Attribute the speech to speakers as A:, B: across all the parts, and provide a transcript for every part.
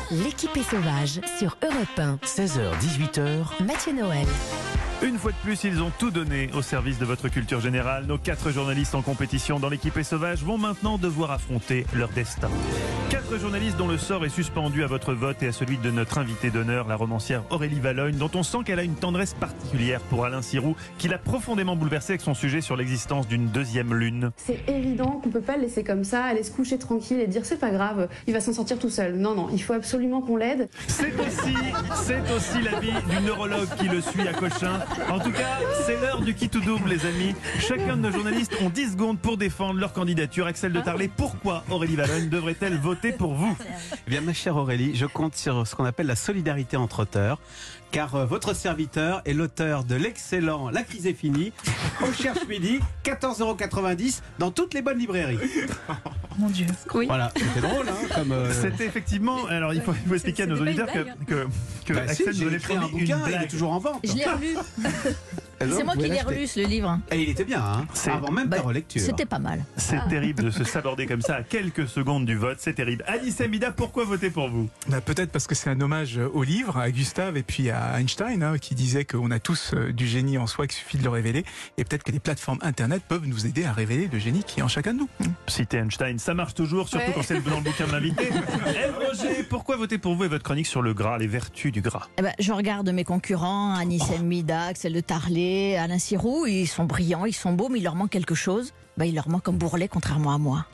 A: L'équipe est sauvage sur Europe 1.
B: 16h-18h.
A: Mathieu Noël.
C: Une fois de plus, ils ont tout donné au service de votre culture générale. Nos 4 journalistes en compétition dans l'équipe est sauvage vont maintenant devoir affronter leur destin. 4 journalistes dont le sort est suspendu à votre vote et à celui de notre invitée d'honneur, la romancière Aurélie Vallogne, dont on sent qu'elle a une tendresse particulière pour Alain Sirou, qui l'a profondément bouleversé avec son sujet sur l'existence d'une deuxième lune.
D: C'est évident qu'on peut pas le laisser comme ça, aller se coucher tranquille et dire c'est pas grave, il va s'en sortir tout seul. Non, il faut absolument qu'on l'aide.
C: C'est aussi l'avis du neurologue qui le suit à Cochin. En tout cas, c'est l'heure du qui tout double, les amis. Chacun de nos journalistes ont 10 secondes pour défendre leur candidature. Axel de Tarlet, pourquoi Aurélie Vallogne devrait-elle voter pour vous?
E: Eh bien, ma chère Aurélie, je compte sur ce qu'on appelle la solidarité entre auteurs, car votre serviteur est l'auteur de l'excellent La crise est finie, au cherche midi, 14,90 € dans toutes les bonnes librairies.
F: Mon Dieu.
D: Oui.
E: Voilà, c'était drôle, hein, comme.
C: C'était effectivement. Alors, il faut expliquer à nos auditeurs que Axel nous avait
E: écrit un
C: promis une
E: bouquin, il est
C: blague.
E: toujours en vente.
F: Je l'ai relu. C'est moi qui l'ai relu, ce livre.
E: Et il était bien, hein, avant même ta relecture.
F: C'était pas mal.
C: C'est terrible de se saborder comme ça à quelques secondes du vote, c'est terrible. Anissa Mida, pourquoi voter pour vous?
G: Peut-être parce que c'est un hommage au livre, à Gustave et puis à Einstein, hein, qui disait qu'on a tous du génie en soi, qu'il suffit de le révéler. Et peut-être que les plateformes internet peuvent nous aider à révéler le génie qui est en chacun de nous.
C: Citer Einstein, ça marche toujours, surtout quand c'est dans le bouquin de l'invité. Ève Roger, pourquoi voter pour vous et votre chronique sur le gras, les vertus du gras?
F: Je regarde mes concurrents, Anissa Mida, Axel de Tarlet, Alain Sirou. Ils sont brillants, ils sont beaux, mais il leur manque quelque chose. Il leur manque un bourrelet, contrairement à moi.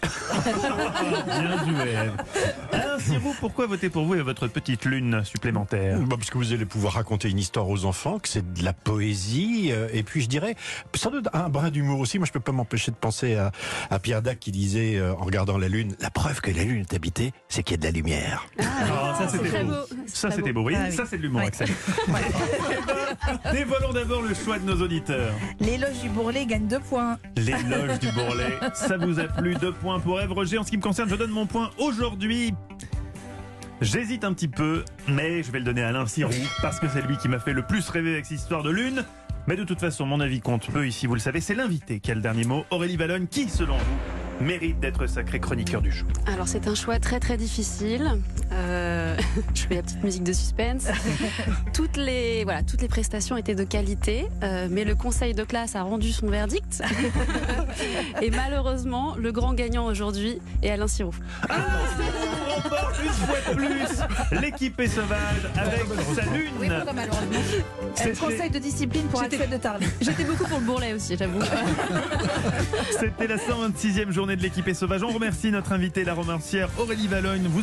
C: Bien joué, Ève. Alain Sirou, pourquoi voter pour vous et votre petite lune supplémentaire?
H: Parce que vous allez pouvoir raconter une histoire aux enfants, que c'est de la poésie, et puis je dirais, sans doute un brin d'humour aussi. Moi, je peux pas m'empêcher de penser à Pierre Dac qui disait, en regardant la lune, la preuve que la lune est habitée, c'est qu'il y a de la lumière.
C: Ça, c'était beau. Ça, c'était beau. Oui, ça, c'est de l'humour, Axel. Dévoilons d'abord le choix de nos auditeurs.
I: L'éloge du bourrelet gagne 2 points.
C: L'éloge du bourrelet, ça vous a plu? 2 points pour Ève Roger. En ce qui me concerne, je donne mon point aujourd'hui. J'hésite un petit peu, mais je vais le donner à Alain Sirou, parce que c'est lui qui m'a fait le plus rêver avec cette histoire de lune. Mais de toute façon, mon avis compte peu ici, vous le savez, c'est l'invité qui a le dernier mot. Aurélie Vallogne, qui, selon vous, mérite d'être sacré chroniqueur du jour?
D: Alors c'est un choix très très difficile. Je fais la petite musique de suspense. Toutes les prestations étaient de qualité, mais le conseil de classe a rendu son verdict. Et malheureusement, le grand gagnant aujourd'hui est Alain Sirou.
C: Alain Sirou remporte une fois de plus l'équipe est sauvage avec sa lune.
I: Oui, pas malheureusement. Un conseil de discipline pour Axel de Tarlet.
D: J'étais beaucoup pour le bourrelet aussi, j'avoue.
C: C'était la 126e journée de l'équipe est sauvage. On remercie notre invitée, la romancière Aurélie Vallogne.